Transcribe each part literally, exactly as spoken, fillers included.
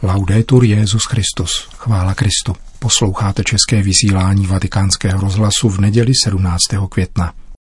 Laudetur Jesus Christus, chvála Kristu. Posloucháte české vysílání Vatikánského rozhlasu v neděli sedmnáctého května.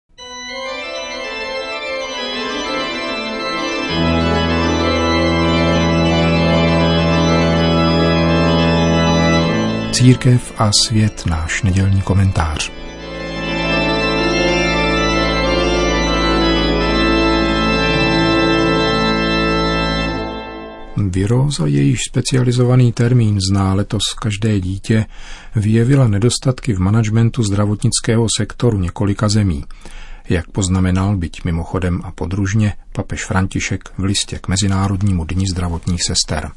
Církev a svět, náš nedělní komentář. Viróza, jejíž specializovaný termín zná letos každé dítě, vyjevila nedostatky v managementu zdravotnického sektoru několika zemí, jak poznamenal, byť mimochodem a podružně, papež František v listě k Mezinárodnímu dni zdravotních sester.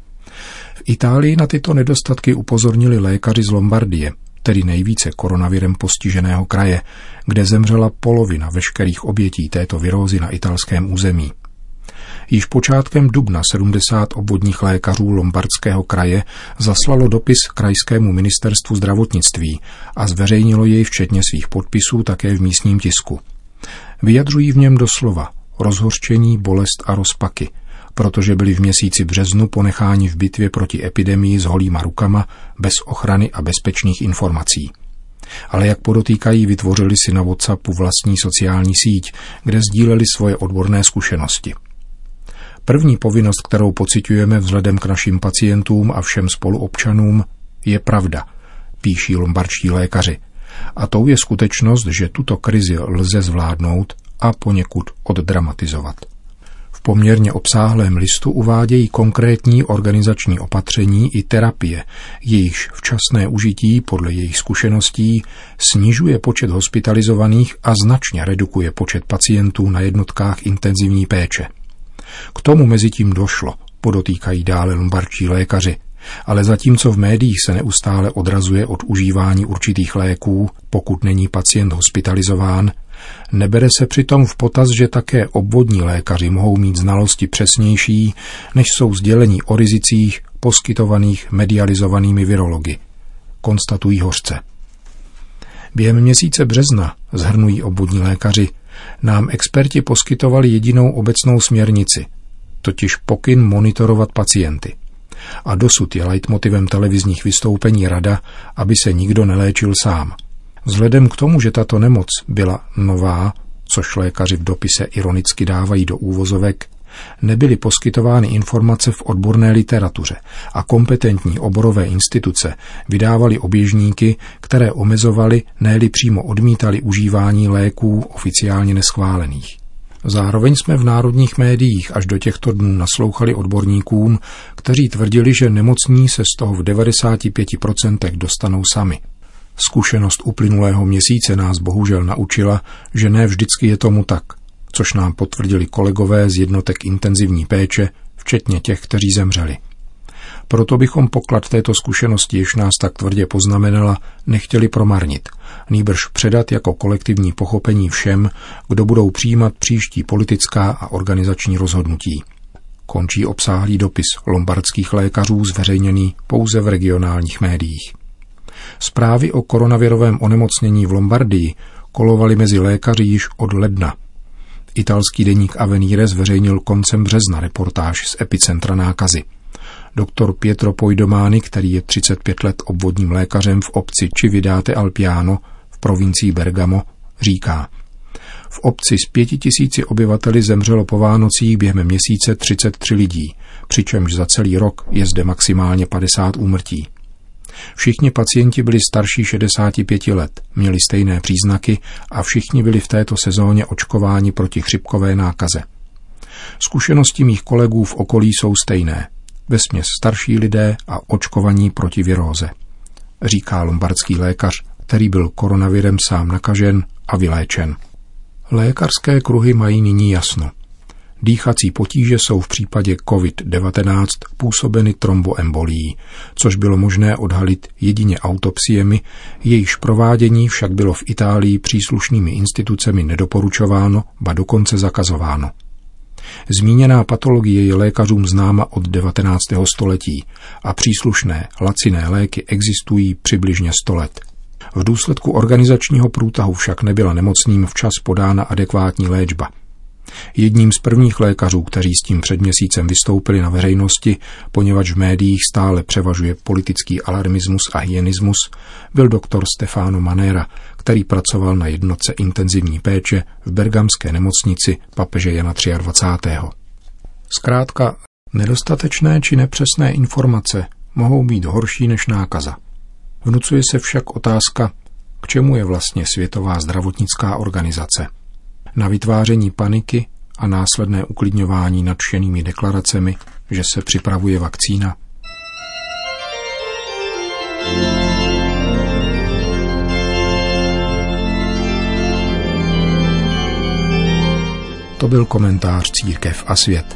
V Itálii na tyto nedostatky upozornili lékaři z Lombardie, tedy nejvíce koronavirem postiženého kraje, kde zemřela polovina veškerých obětí této virózy na italském území. Již počátkem dubna sedmdesát obvodních lékařů Lombardského kraje zaslalo dopis krajskému ministerstvu zdravotnictví a zveřejnilo jej včetně svých podpisů také v místním tisku. Vyjadřují v něm doslova rozhořčení, bolest a rozpaky, protože byli v měsíci březnu ponecháni v bitvě proti epidemii s holýma rukama, bez ochrany a bezpečných informací. Ale jak podotýkají, vytvořili si na WhatsAppu vlastní sociální síť, kde sdíleli svoje odborné zkušenosti. První povinnost, kterou pociťujeme vzhledem k našim pacientům a všem spoluobčanům, je pravda, píší lombardští lékaři. A tou je skutečnost, že tuto krizi lze zvládnout a poněkud oddramatizovat. V poměrně obsáhlém listu uvádějí konkrétní organizační opatření i terapie, jejichž včasné užití podle jejich zkušeností snižuje počet hospitalizovaných a značně redukuje počet pacientů na jednotkách intenzivní péče. K tomu mezitím došlo, podotýkají dále lombardští lékaři, ale zatímco v médiích se neustále odrazuje od užívání určitých léků, pokud není pacient hospitalizován, nebere se přitom v potaz, že také obvodní lékaři mohou mít znalosti přesnější, než jsou sdělení o rizicích poskytovaných medializovanými virology, konstatují hořce. Během měsíce března, shrnují obvodní lékaři, nám experti poskytovali jedinou obecnou směrnici, totiž pokyn monitorovat pacienty. A dosud je leitmotivem televizních vystoupení rada, aby se nikdo neléčil sám. Vzhledem k tomu, že tato nemoc byla nová, což lékaři v dopise ironicky dávají do úvozovek, nebyly poskytovány informace v odborné literatuře a kompetentní oborové instituce vydávaly oběžníky, které omezovaly, ne-li přímo odmítaly užívání léků oficiálně neschválených. Zároveň jsme v národních médiích až do těchto dnů naslouchali odborníkům, kteří tvrdili, že nemocní se z toho v devadesáti pěti procentech dostanou sami. Zkušenost uplynulého měsíce nás bohužel naučila, že ne vždycky je tomu tak, což nám potvrdili kolegové z jednotek intenzivní péče, včetně těch, kteří zemřeli. Proto bychom poklad této zkušenosti, jež nás tak tvrdě poznamenala, nechtěli promarnit, nýbrž předat jako kolektivní pochopení všem, kdo budou přijímat příští politická a organizační rozhodnutí. Končí obsáhlý dopis lombardských lékařů zveřejněný pouze v regionálních médiích. Zprávy o koronavirovém onemocnění v Lombardii kolovaly mezi lékaři již od ledna. Italský deník Avvenire zveřejnil koncem března reportáž z epicentra nákazy. Doktor Pietro Poidomani, který je třicet pět let obvodním lékařem v obci Cividate Alpiano v provincii Bergamo, říká: v obci s pěti tisíci obyvateli zemřelo po Vánocích během měsíce třicet tři lidí, přičemž za celý rok je zde maximálně padesát úmrtí. Všichni pacienti byli starší šedesáti pěti let, měli stejné příznaky a všichni byli v této sezóně očkováni proti chřipkové nákaze. Zkušenosti mých kolegů v okolí jsou stejné. Vesměs starší lidé a očkovaní proti viróze, říká lombardský lékař, který byl koronavirem sám nakažen a vyléčen. Lékařské kruhy mají nyní jasno. Dýchací potíže jsou v případě covid devatenáct působeny tromboembolií, což bylo možné odhalit jedině autopsiemi, jejichž provádění však bylo v Itálii příslušnými institucemi nedoporučováno, ba dokonce zakazováno. Zmíněná patologie je lékařům známa od devatenáctého století a příslušné laciné léky existují přibližně sto let. V důsledku organizačního průtahu však nebyla nemocným včas podána adekvátní léčba. Jedním z prvních lékařů, kteří s tím před měsícem vystoupili na veřejnosti, poněvadž v médiích stále převažuje politický alarmismus a hyenismus, byl doktor Stefano Manera, který pracoval na jednotce intenzivní péče v bergamské nemocnici papeže Jana dvacátého třetího Zkrátka, nedostatečné či nepřesné informace mohou být horší než nákaza. Vnucuje se však otázka, k čemu je vlastně Světová zdravotnická organizace. Na vytváření paniky a následné uklidňování nadšenými deklaracemi, že se připravuje vakcína. To byl komentář Církev a svět.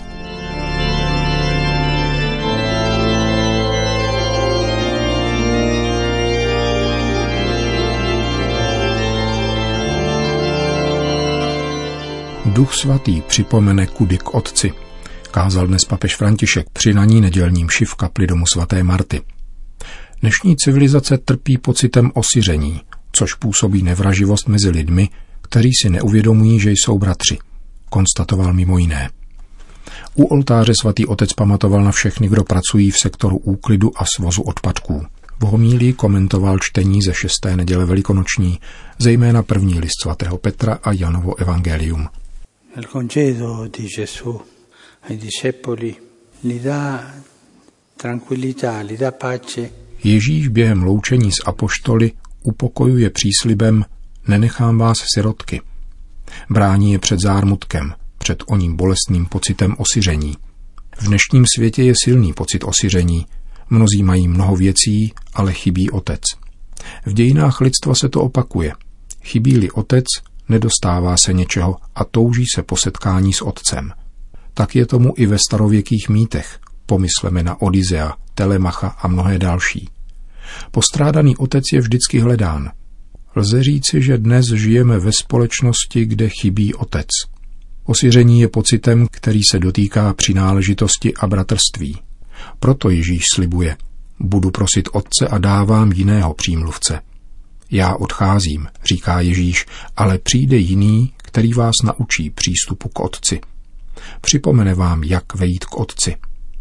Duch svatý připomene kudy k Otci, kázal dnes papež František při raní nedělní mši v kapli domu svaté Marty. Dnešní civilizace trpí pocitem osyření, což působí nevraživost mezi lidmi, kteří si neuvědomují, že jsou bratři, konstatoval mimo jiné. U oltáře svatý otec pamatoval na všechny, kdo pracují v sektoru úklidu a svozu odpadků. V homílii komentoval čtení ze šesté neděle velikonoční, zejména první list svatého Petra a Janovo evangelium. Nel congedo di Gesù ai discepoli gli dà tranquillità, gli dà pace. Ježíš během loučení s apoštoly upokojuje příslibem: nenechám vás sirotky. Brání je před zármutkem, před oním bolestným pocitem osyření. V dnešním světě je silný pocit osyření. Mnozí mají mnoho věcí, ale chybí otec. V dějinách lidstva se to opakuje. Chybí-li otec, nedostává se něčeho a touží se po setkání s otcem. Tak je tomu i ve starověkých mýtech. Pomysleme na Odysea, Telemacha a mnohé další. Postrádaný otec je vždycky hledán. Lze říci, že dnes žijeme ve společnosti, kde chybí otec. Osyření je pocitem, který se dotýká přináležitosti a bratrství. Proto Ježíš slibuje: budu prosit Otce a dávám jiného přímluvce. Já odcházím, říká Ježíš, ale přijde jiný, který vás naučí přístupu k Otci. Připomene vám, jak vejít k Otci.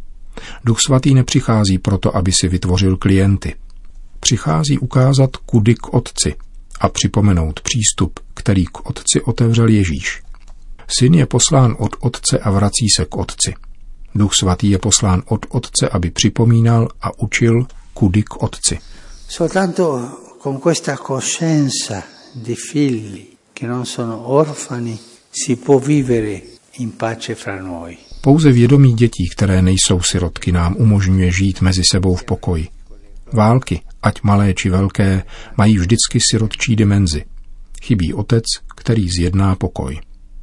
Duch svatý nepřichází proto, aby si vytvořil klienty. Přichází ukázat, kudy k Otci a připomenout přístup, který k Otci otevřel Ježíš. Syn je poslán od Otce a vrací se k Otci. Duch svatý je poslán od Otce, aby připomínal a učil, kudy k Otci. Soltanto con questa coscienza di figli che non sono orfani si può vivere in pace fra noi. Pouze vědomí dětí, které nejsou sirotky, nám umožňuje žít mezi sebou v pokoji. Války, ať malé či velké, mají vždycky sirotčí dimenzi. Chybí otec, který zjedná pokoj.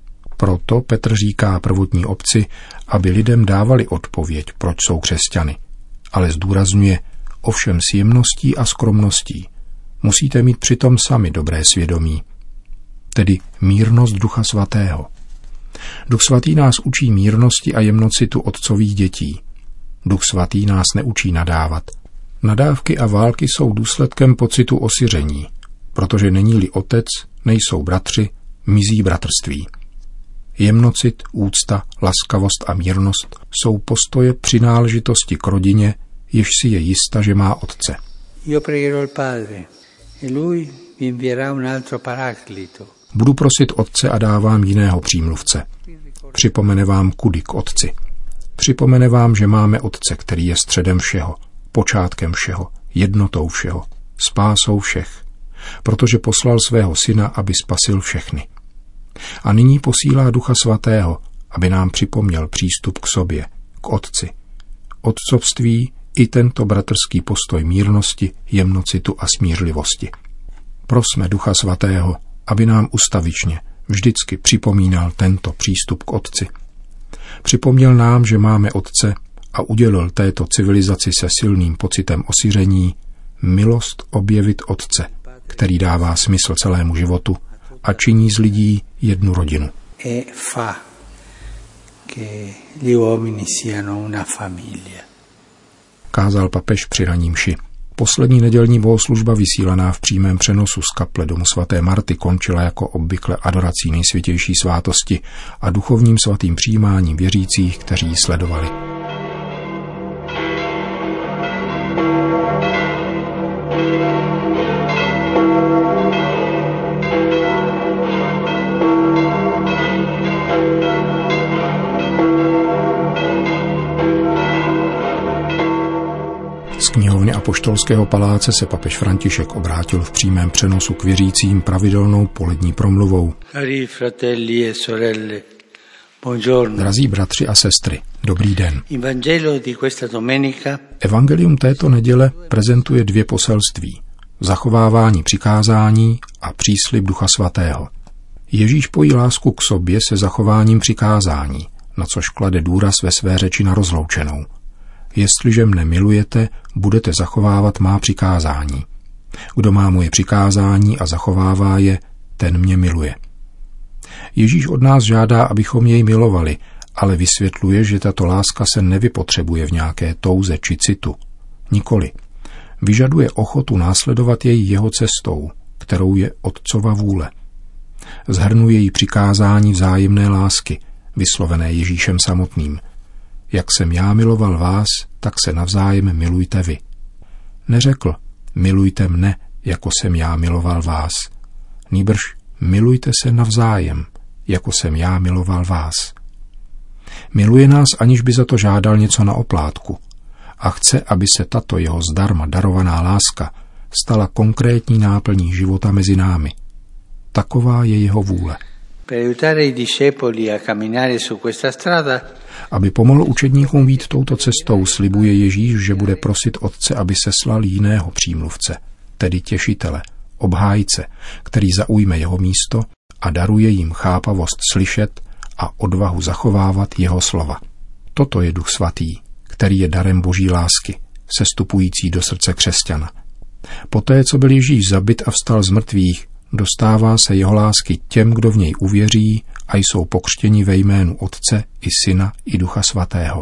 Proto Petr říká prvotní obci, aby lidem dávali odpověď, proč jsou křesťany. Ale zdůrazňuje, ovšem s jemností a skromností. Musíte mít přitom sami dobré svědomí. Tedy mírnost Ducha svatého. Duch svatý nás učí mírnosti a jemnocitu otcových dětí. Duch svatý nás neučí nadávat. Nadávky a války jsou důsledkem pocitu osyření, protože není-li otec, nejsou bratři, mizí bratrství. Jemnocit, úcta, laskavost a mírnost jsou postoje přináležitosti k rodině, jež si je jista, že má otce. Io pregherò il Padre, e lui mi invierà un altro paraclito. Budu prosit otce a dávám jiného přímluvce. Připomene vám kudy k otci. Připomene vám, že máme otce, který je středem všeho, počátkem všeho, jednotou všeho, spásou všech, protože poslal svého syna, aby spasil všechny. A nyní posílá Ducha svatého, aby nám připomněl přístup k sobě, k Otci. Otcovství i tento bratrský postoj mírnosti, jemnocitu a smířlivosti. Prosme Ducha svatého, aby nám ustavičně vždycky připomínal tento přístup k Otci. Připomněl nám, že máme Otce a udělil této civilizaci se silným pocitem osyření milost objevit Otce, který dává smysl celému životu a činí z lidí jednu rodinu. E fa che gli uomini siano una famiglia. Kázal papež při raní mši. Poslední nedělní bohoslužba vysílaná v přímém přenosu z kaple domu svaté Marty končila jako obvykle adorací nejsvětější svátosti a duchovním svatým přijímáním věřících, kteří ji sledovali. Z knihovny Apoštolského paláce se papež František obrátil v přímém přenosu k věřícím pravidelnou polední promluvou. Drazí bratři a sestry, dobrý den. Evangelium této neděle prezentuje dvě poselství. Zachovávání přikázání a příslib Ducha Svatého. Ježíš pojí lásku k sobě se zachováním přikázání, na což klade důraz ve své řeči na rozloučenou. Jestliže mne milujete, budete zachovávat má přikázání. Kdo má moje přikázání a zachovává je, ten mě miluje. Ježíš od nás žádá, abychom jej milovali, ale vysvětluje, že tato láska se nevypotřebuje v nějaké touze či citu. Nikoli. Vyžaduje ochotu následovat jej jeho cestou, kterou je Otcova vůle. Zhrnuje jí přikázání vzájemné lásky, vyslovené Ježíšem samotným. Jak jsem já miloval vás, tak se navzájem milujte vy. Neřekl, milujte mne, jako jsem já miloval vás. Nýbrž milujte se navzájem, jako jsem já miloval vás. Miluje nás, aniž by za to žádal něco na oplátku a chce, aby se tato jeho zdarma darovaná láska stala konkrétní náplní života mezi námi. Taková je jeho vůle. Aby pomohl učedníkům jít touto cestou, slibuje Ježíš, že bude prosit Otce, aby seslal jiného přímluvce, tedy těšitele, obhájce, který zaujme jeho místo a daruje jim chápavost slyšet a odvahu zachovávat jeho slova. Toto je Duch Svatý, který je darem Boží lásky, sestupující do srdce křesťana. Poté, co byl Ježíš zabit a vstal z mrtvých, dostává se jeho lásky těm, kdo v něj uvěří a jsou pokřtěni ve jménu Otce i Syna i Ducha Svatého.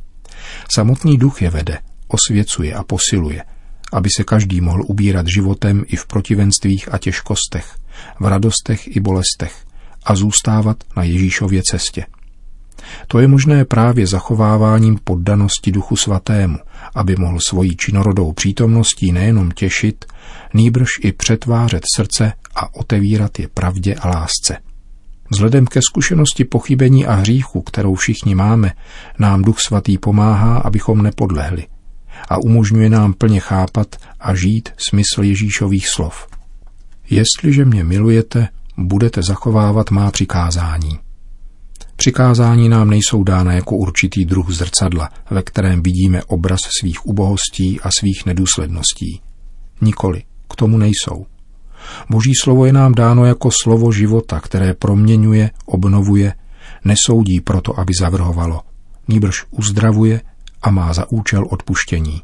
Samotný Duch je vede, osvěcuje a posiluje, aby se každý mohl ubírat životem i v protivenstvích a těžkostech, v radostech i bolestech a zůstávat na Ježíšově cestě. To je možné právě zachováváním poddanosti Duchu Svatému, aby mohl svojí činorodou přítomností nejenom těšit, nýbrž i přetvářet srdce a otevírat je pravdě a lásce. Vzhledem ke zkušenosti pochybení a hříchu, kterou všichni máme, nám Duch Svatý pomáhá, abychom nepodlehli a umožňuje nám plně chápat a žít smysl Ježíšových slov. Jestliže mě milujete, budete zachovávat má přikázání. Přikázání nám nejsou dána jako určitý druh zrcadla, ve kterém vidíme obraz svých ubohostí a svých nedůsledností. Nikoli, k tomu nejsou. Boží slovo je nám dáno jako slovo života, které proměňuje, obnovuje, nesoudí proto, aby zavrhovalo, nýbrž uzdravuje a má za účel odpuštění.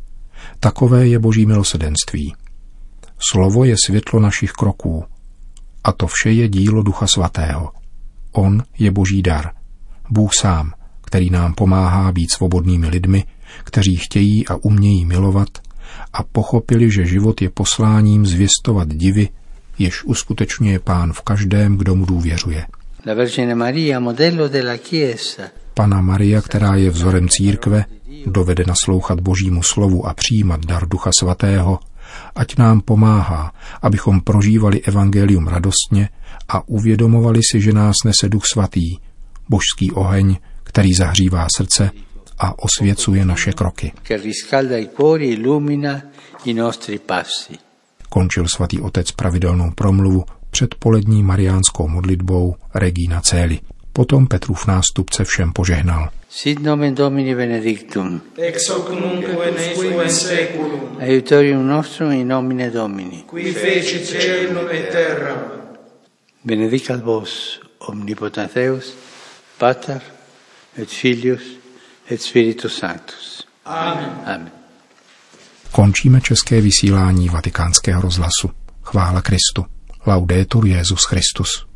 Takové je Boží milosrdenství. Slovo je světlo našich kroků a to vše je dílo Ducha Svatého. On je Boží dar, Bůh sám, který nám pomáhá být svobodnými lidmi, kteří chtějí a umějí milovat a pochopili, že život je posláním zvěstovat divy, jež uskutečňuje Pán v každém, kdo mu důvěřuje. Panna Maria, která je vzorem církve, dovede naslouchat Božímu slovu a přijímat dar Ducha Svatého, ať nám pomáhá, abychom prožívali evangelium radostně a uvědomovali si, že nás nese Duch Svatý, božský oheň, který zahřívá srdce a osvěcuje naše kroky. Končil svatý otec pravidelnou promluvu před polední mariánskou modlitbou Regina Coeli. Potom Petrův nástupce všem požehnal. Sit nomen Domini benedictum. Ex hoc nunc et usque in saeculum. Aiutorium nostrum in nomine Domini. Qui fecit caelum et terram. Benedicat vos omnipotens Deus, Pater et Filius et Spiritus Sanctus. Amen. Amen. Končíme české vysílání Vatikánského rozhlasu. Chvála Kristu. Laudetur Jesus Christus.